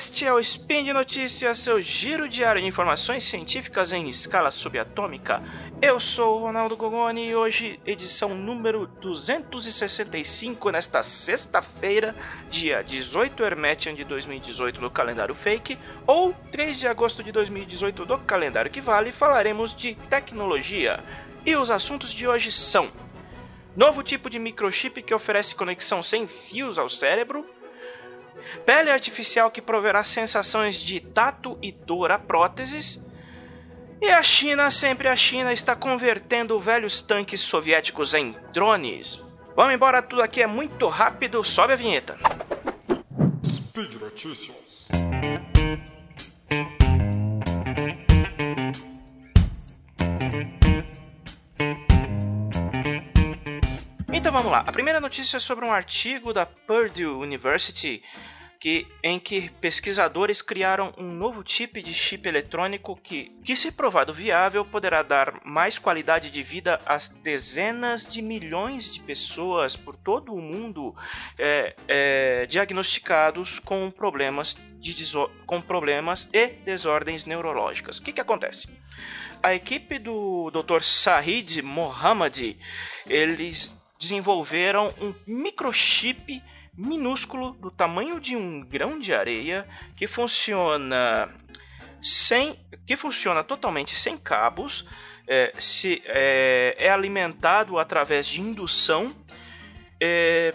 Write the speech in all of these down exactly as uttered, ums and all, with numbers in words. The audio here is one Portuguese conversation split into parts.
Este é o Spin de Notícias, seu giro diário de informações científicas em escala subatômica. Eu sou o Ronaldo Gogoni e hoje, edição número duzentos e sessenta e cinco, nesta sexta-feira, dia dezoito Hermetian de dois mil e dezoito do calendário fake, ou três de agosto de dois mil e dezoito do calendário que vale, falaremos de tecnologia. E os assuntos de hoje são: novo tipo de microchip que oferece conexão sem fios ao cérebro, pele artificial que proverá sensações de tato e dor a próteses, e a China, sempre a China, está convertendo velhos tanques soviéticos em drones. Vamos embora, tudo aqui é muito rápido, sobe a vinheta. Speed Notícias. Então vamos lá, a primeira notícia é sobre um artigo da Purdue University que, em que pesquisadores criaram um novo tipo de chip eletrônico que, que, se provado viável, poderá dar mais qualidade de vida a dezenas de milhões de pessoas por todo o mundo é, é, diagnosticados com problemas, de deso- com problemas e desordens neurológicas. O que, que acontece? A equipe do doutor Saeed Mohammadi, eles desenvolveram um microchip minúsculo do tamanho de um grão de areia que funciona sem, que funciona totalmente sem cabos, é, se, é, é alimentado através de indução, é,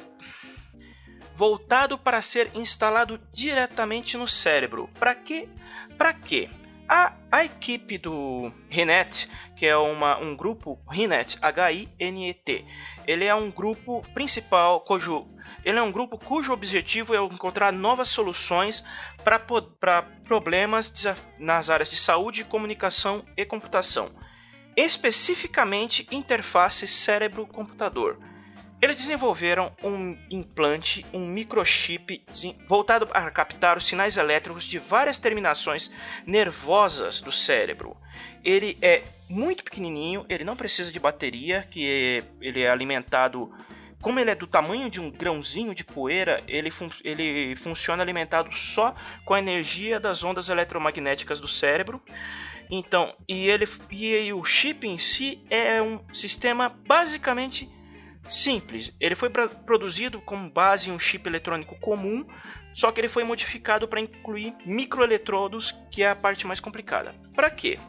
voltado para ser instalado diretamente no cérebro. Para quê? Para quê? A, a equipe do Hinet, que é uma, um grupo Hinet, H I N E T, ele é um grupo principal, cujo, ele é um grupo cujo objetivo é encontrar novas soluções para problemas nas áreas de saúde, comunicação e computação, especificamente interface cérebro-computador. Eles desenvolveram um implante, um microchip voltado para captar os sinais elétricos de várias terminações nervosas do cérebro. Ele é muito pequenininho, ele não precisa de bateria, que ele é alimentado, como ele é do tamanho de um grãozinho de poeira, ele, fun- ele funciona alimentado só com a energia das ondas eletromagnéticas do cérebro. Então, e, ele, e o chip em si é um sistema basicamente simples. Ele foi pra, produzido com base em um chip eletrônico comum, só que ele foi modificado para incluir microeletrodos, que é a parte mais complicada. Para quê?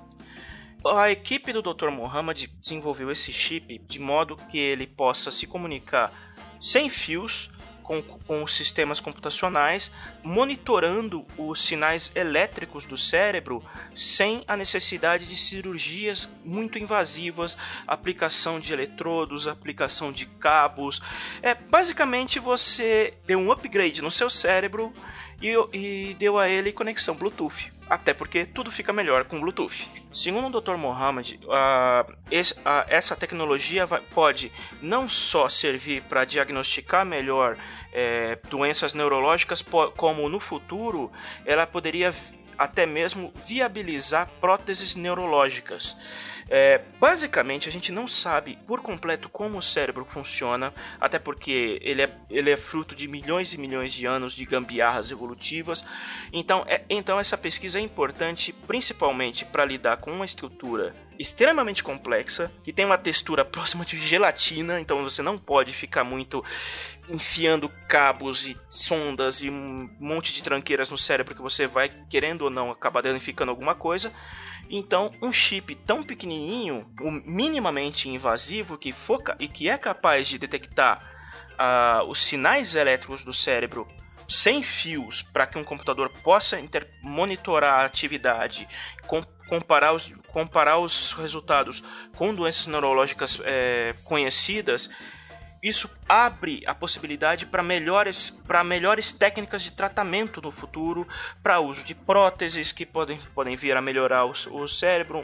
A equipe do doutor Mohammadi desenvolveu esse chip de modo que ele possa se comunicar sem fios com, com os sistemas computacionais, monitorando os sinais elétricos do cérebro sem a necessidade de cirurgias muito invasivas, aplicação de eletrodos, aplicação de cabos. É, basicamente você deu um upgrade no seu cérebro e, e deu a ele conexão Bluetooth. Até porque tudo fica melhor com Bluetooth. Segundo o doutor Mohammadi, uh, esse, uh, essa tecnologia vai, pode não só servir para diagnosticar melhor é, doenças neurológicas, como no futuro ela poderia até mesmo viabilizar próteses neurológicas. É, basicamente, a gente não sabe por completo como o cérebro funciona, até porque ele é, ele é fruto de milhões e milhões de anos de gambiarras evolutivas. Então, é, então essa pesquisa é importante principalmente para lidar com uma estrutura extremamente complexa, que tem uma textura próxima de gelatina, então você não pode ficar muito enfiando cabos e sondas e um monte de tranqueiras no cérebro que você vai, querendo ou não, acabar danificando alguma coisa. Então, um chip tão pequenininho, minimamente invasivo, que foca e que é capaz de detectar uh, os sinais elétricos do cérebro sem fios, para que um computador possa inter- monitorar a atividade, com, comparar, os, comparar os resultados com doenças neurológicas é, conhecidas. Isso abre a possibilidade para melhores, para melhores técnicas de tratamento no futuro, para uso de próteses que podem, podem vir a melhorar o, o cérebro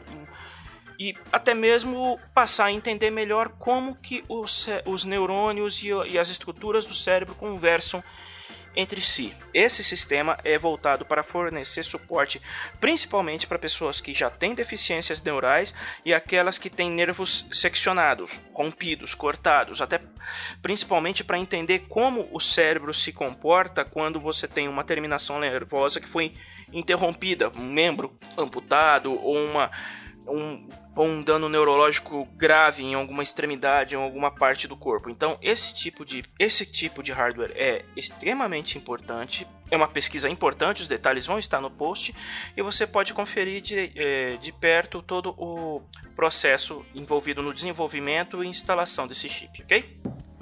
e até mesmo passar a entender melhor como que os, os neurônios e, e as estruturas do cérebro conversam entre si. Esse sistema é voltado para fornecer suporte principalmente para pessoas que já têm deficiências neurais e aquelas que têm nervos seccionados, rompidos, cortados, até principalmente para entender como o cérebro se comporta quando você tem uma terminação nervosa que foi interrompida, um membro amputado ou uma Um, um dano neurológico grave em alguma extremidade, em alguma parte do corpo. Então, esse tipo de, esse tipo de hardware é extremamente importante. É uma pesquisa importante, os detalhes vão estar no post e você pode conferir de, de perto todo o processo envolvido no desenvolvimento e instalação desse chip, ok?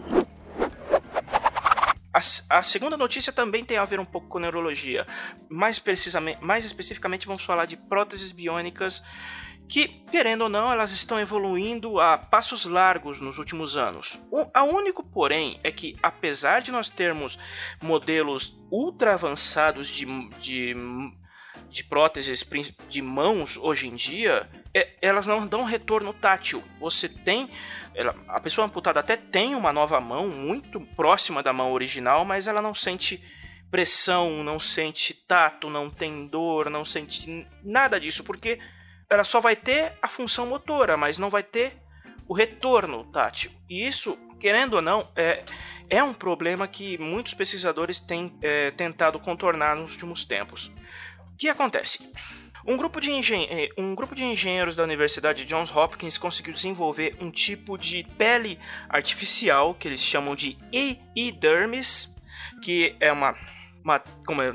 A, a segunda notícia também tem a ver um pouco com neurologia. Mais, precisamente, mais especificamente, vamos falar de próteses biônicas que, querendo ou não, elas estão evoluindo a passos largos nos últimos anos. O a único porém é que, apesar de nós termos modelos ultra avançados de, de, de próteses de mãos hoje em dia, é, elas não dão retorno tátil. Você tem... Ela, a pessoa amputada até tem uma nova mão muito próxima da mão original, mas ela não sente pressão, não sente tato, não tem dor, não sente nada disso, porque ela só vai ter a função motora, mas não vai ter o retorno tátil. E isso, querendo ou não, é, é um problema que muitos pesquisadores têm é, tentado contornar nos últimos tempos. O que acontece? Um grupo, de engen- um grupo de engenheiros da Universidade Johns Hopkins conseguiu desenvolver um tipo de pele artificial que eles chamam de epidermis, que é uma, uma como, é,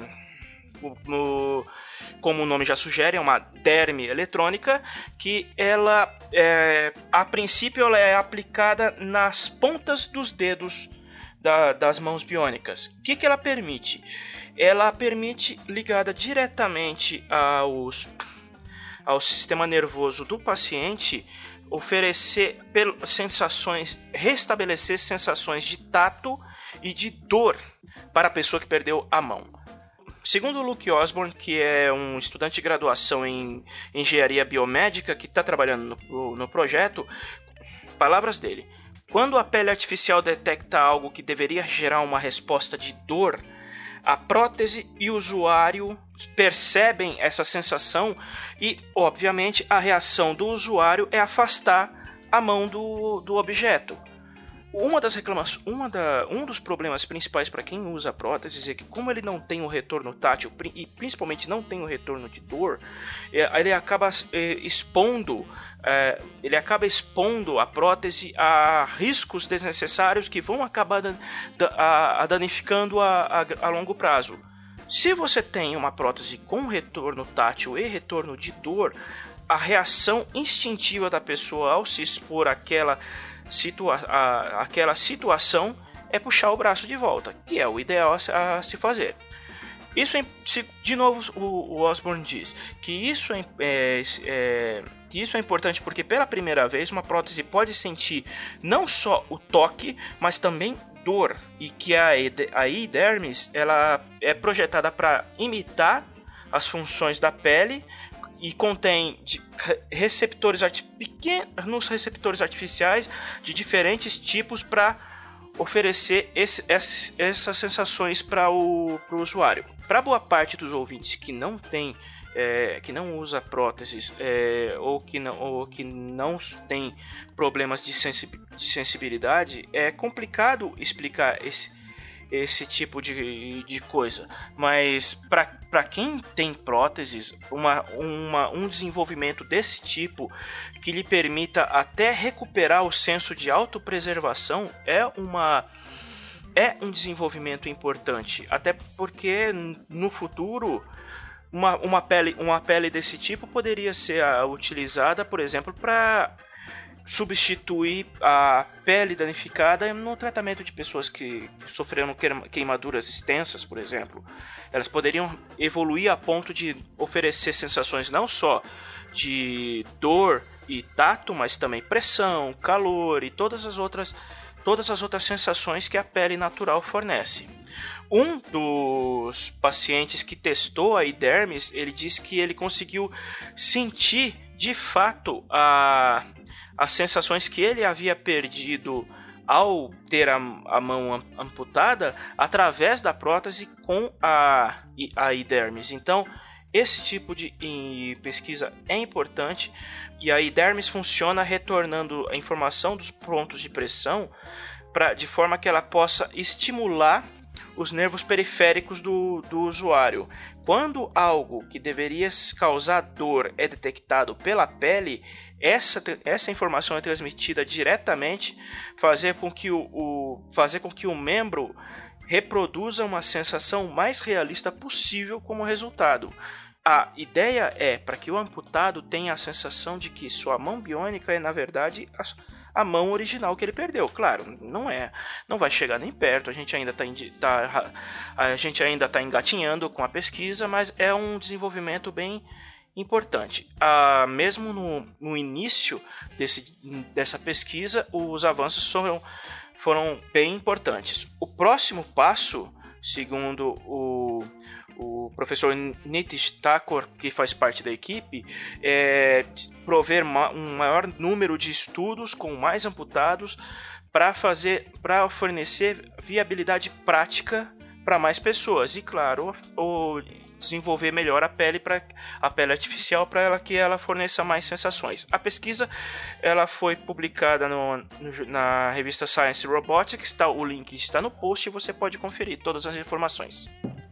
no, como o nome já sugere, é uma derme eletrônica que ela, é, a princípio, ela é aplicada nas pontas dos dedos da, das mãos biônicas. O que, que ela permite? Ela permite, ligada diretamente aos, ao sistema nervoso do paciente, oferecer sensações, restabelecer sensações de tato e de dor para a pessoa que perdeu a mão. Segundo o Luke Osborne, que é um estudante de graduação em engenharia biomédica que está trabalhando no, no projeto, palavras dele: quando a pele artificial detecta algo que deveria gerar uma resposta de dor, a prótese e o usuário percebem essa sensação e, obviamente, a reação do usuário é afastar a mão do, do objeto. Uma das reclamações, uma da, um dos problemas principais para quem usa próteses é que, como ele não tem o retorno tátil e principalmente não tem o retorno de dor, ele acaba expondo, ele acaba expondo a prótese a riscos desnecessários que vão acabar danificando a, a, a longo prazo. Se você tem uma prótese com retorno tátil e retorno de dor, a reação instintiva da pessoa ao se expor àquela Situa a, aquela situação é puxar o braço de volta, que é o ideal a, a se fazer. Isso é, se, de novo o, o Osborne diz que isso é, é, é, que isso é importante porque pela primeira vez uma prótese pode sentir não só o toque, mas também dor, e que a, a epidermis ela é projetada para imitar as funções da pele e contém receptores pequenos receptores artificiais de diferentes tipos para oferecer esse, esse, essas sensações para o pro usuário. Para boa parte dos ouvintes que não tem, é, que não usa próteses é, ou, que não, ou que não tem problemas de, de sensibilidade, é complicado explicar esse esse tipo de, de coisa, mas para quem tem próteses, uma, uma, um desenvolvimento desse tipo que lhe permita até recuperar o senso de autopreservação é, uma, é um desenvolvimento importante, até porque no futuro uma, uma, pele, uma pele desse tipo poderia ser utilizada, por exemplo, para substituir a pele danificada no tratamento de pessoas que sofreram queimaduras extensas, por exemplo. Elas poderiam evoluir a ponto de oferecer sensações não só de dor e tato, mas também pressão, calor e todas as outras, todas as outras sensações que a pele natural fornece. Um dos pacientes que testou a epidermis, ele disse que ele conseguiu sentir de fato a as sensações que ele havia perdido ao ter a, a mão amputada através da prótese com a, a epidermis. Então, esse tipo de pesquisa é importante, e a epidermis funciona retornando a informação dos pontos de pressão pra, de forma que ela possa estimular os nervos periféricos do, do usuário. Quando algo que deveria causar dor é detectado pela pele, essa, essa informação é transmitida diretamente, fazer com que o, o, fazer com que o membro reproduza uma sensação mais realista possível como resultado. A ideia é para que o amputado tenha a sensação de que sua mão biônica é, na verdade, a, a mão original que ele perdeu. Claro, não é, não vai chegar nem perto, a gente ainda está tá, a gente ainda tá engatinhando com a pesquisa, mas é um desenvolvimento bem importante. Ah, mesmo no, no início desse, dessa pesquisa, os avanços foram, foram bem importantes. O próximo passo, segundo o, o professor Nitish Thakur, que faz parte da equipe, é prover um maior número de estudos com mais amputados para fazer, para fornecer viabilidade prática para mais pessoas. E claro, o desenvolver melhor a pele para a pele artificial para ela que ela forneça mais sensações. A pesquisa ela foi publicada no, no, na revista Science Robotics, tá, o link está no post e você pode conferir todas as informações.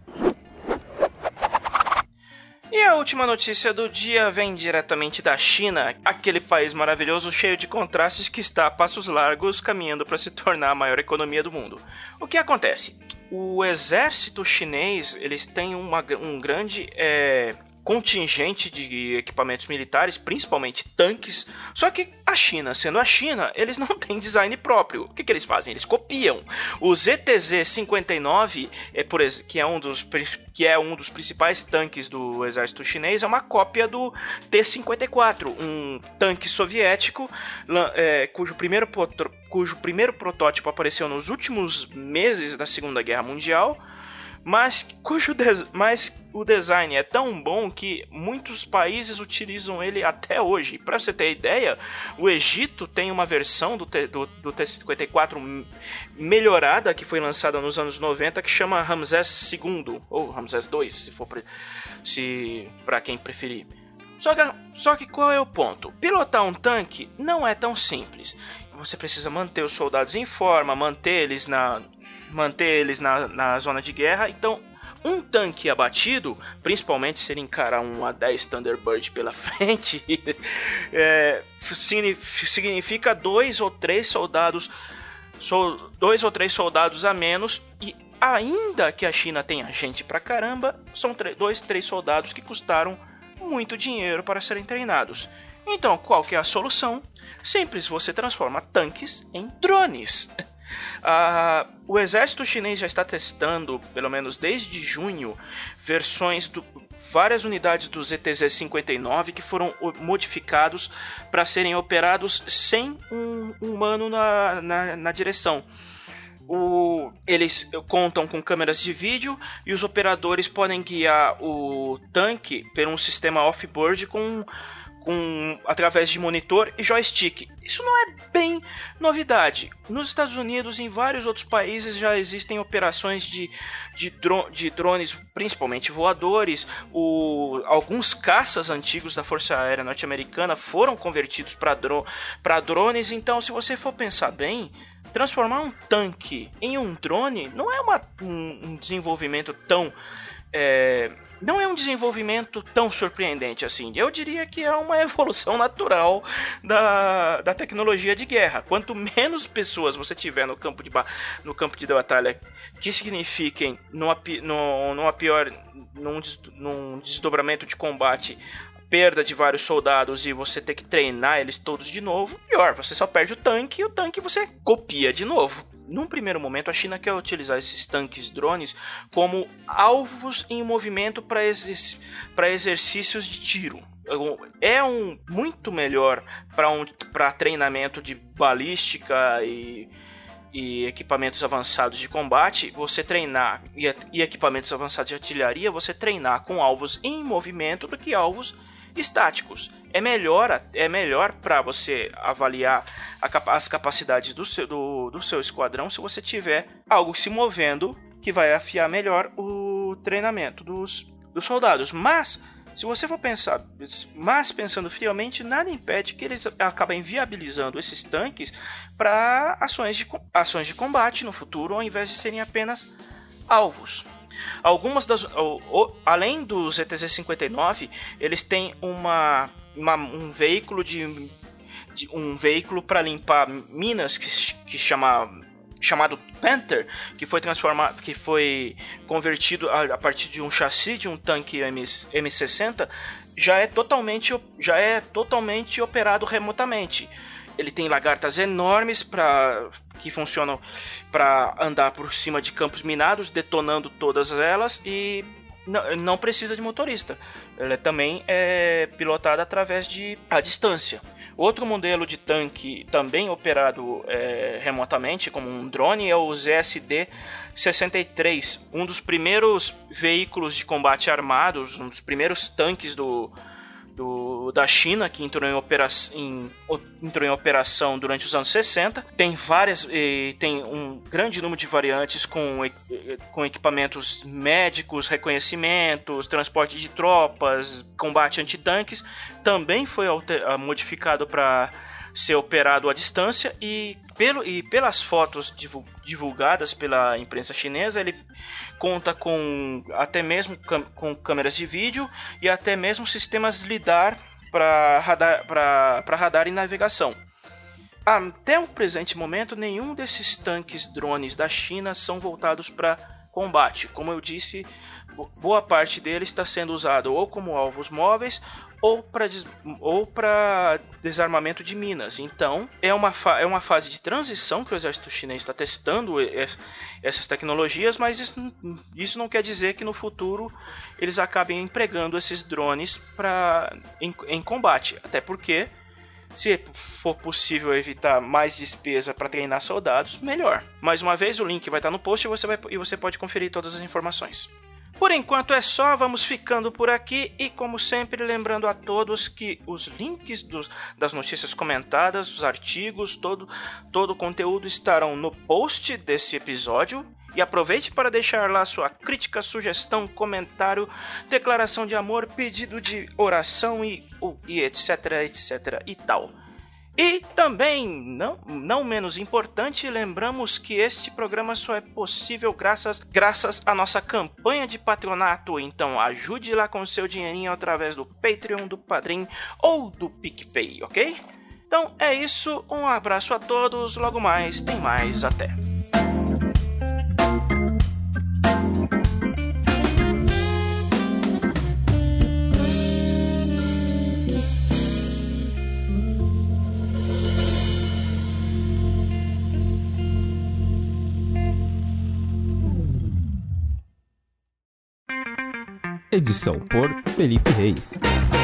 E a última notícia do dia vem diretamente da China, aquele país maravilhoso cheio de contrastes que está a passos largos caminhando para se tornar a maior economia do mundo. O que acontece? O exército chinês, eles têm uma, um grande é, contingente de equipamentos militares, principalmente tanques, só que a China, sendo a China, eles não têm design próprio. O que, que eles fazem? Eles copiam. O Z T Z cinquenta e nove, é por, que, é um dos, que é um dos principais tanques do exército chinês, é uma cópia do T cinquenta e quatro, um tanque soviético é, cujo primeiro cujo primeiro protótipo apareceu nos últimos meses da Segunda Guerra Mundial, mas, cujo des... mas o design é tão bom que muitos países utilizam ele até hoje. Para você ter ideia, o Egito tem uma versão do, T... do... do T cinquenta e quatro melhorada que foi lançada nos anos noventa, que chama Ramsés segundo, ou Ramsés dois, se for pra... se... para quem preferir. Só que... Só que qual é o ponto? Pilotar um tanque não é tão simples. Você precisa manter os soldados em forma, manter eles na, manter eles na, na zona de guerra. Então, um tanque abatido, principalmente se ele encarar um A dez Thunderbird pela frente, é, significa dois ou três soldados, so, dois ou três soldados a menos. E ainda que a China tenha gente pra caramba, são dois, três soldados que custaram muito dinheiro para serem treinados. Então, qual que é a solução? Simples, você transforma tanques em drones. Uh, o exército chinês já está testando, pelo menos desde junho, versões do várias unidades do Z T Z cinquenta e nove que foram modificados para serem operados sem um humano na, na, na direção. O, eles contam com câmeras de vídeo e os operadores podem guiar o tanque por um sistema off-board com, com, através de monitor e joystick. Isso não é bem novidade. Nos Estados Unidos e em vários outros países já existem operações de, de, dro, de drones, principalmente voadores. O, alguns caças antigos da Força Aérea Norte-Americana foram convertidos para dro, para drones. Então, se você for pensar bem, transformar um tanque em um drone não é uma, um, um desenvolvimento tão... É, não é um desenvolvimento tão surpreendente assim. Eu diria que é uma evolução natural da, da tecnologia de guerra. Quanto menos pessoas você tiver no campo de, no campo de batalha que signifiquem numa, numa pior, num, num desdobramento de combate, perda de vários soldados e você ter que treinar eles todos de novo, pior, você só perde o tanque e o tanque você copia de novo. Num primeiro momento, a China quer utilizar esses tanques drones como alvos em movimento para exerc- para exercícios de tiro. É um muito melhor para um, para treinamento de balística e, e equipamentos avançados de combate, você treinar e, e equipamentos avançados de artilharia, você treinar com alvos em movimento do que alvos estáticos. É melhor, é melhor para você avaliar a, as capacidades do seu, do, do seu esquadrão se você tiver algo se movendo que vai afiar melhor o treinamento dos, dos soldados. Mas, se você for pensar, mas pensando friamente, nada impede que eles acabem viabilizando esses tanques para ações de, ações de combate no futuro, ao invés de serem apenas alvos. Algumas das, ou, ou, além do Z T Z cinquenta e nove, eles têm uma, uma um veículo de, de um veículo para limpar minas que, que chama chamado Panther, que foi transformado, que foi convertido a, a partir de um chassi de um tanque M sessenta, já é totalmente já é totalmente operado remotamente. Ele tem lagartas enormes para que funcionam para andar por cima de campos minados, detonando todas elas, e não, não precisa de motorista. Ela também é pilotada através de a distância. Outro modelo de tanque também operado é, remotamente, como um drone, é o Z S D sessenta e três, um dos primeiros veículos de combate armados, um dos primeiros tanques do Do, da China, que entrou em, opera em, entrou em operação durante os anos sessenta. Tem várias, eh, tem um grande número de variantes com, eh, com equipamentos médicos, reconhecimentos, transporte de tropas, combate antitanques. Também foi alter, modificado para ser operado à distância e, pelo, e pelas fotos divulgadas pela imprensa chinesa, ele conta com até mesmo com câmeras de vídeo e até mesmo sistemas lidar para radar, para radar e navegação. Até o presente momento, nenhum desses tanques drones da China são voltados para combate. Como eu disse, boa parte deles está sendo usado ou como alvos móveis ou para des ou para desarmamento de minas. Então, é uma, é uma fase de transição que o exército chinês está testando es essas tecnologias, mas isso, isso não quer dizer que no futuro eles acabem empregando esses drones pra, em, em combate. Até porque, se for possível evitar mais despesa para treinar soldados, melhor. Mais uma vez, o link vai estar no post e você, vai, e você pode conferir todas as informações. Por enquanto é só, vamos ficando por aqui e, como sempre, lembrando a todos que os links dos, das notícias comentadas, os artigos, todo, todo o conteúdo estarão no post desse episódio. E aproveite para deixar lá sua crítica, sugestão, comentário, declaração de amor, pedido de oração e, e etc, etc e tal. E também, não, não menos importante, lembramos que este programa só é possível graças, graças à nossa campanha de patronato. Então ajude lá com o seu dinheirinho através do Patreon, do Padrim ou do PicPay, ok? Então é isso, um abraço a todos, logo mais, tem mais, até! Edição por Felipe Reis.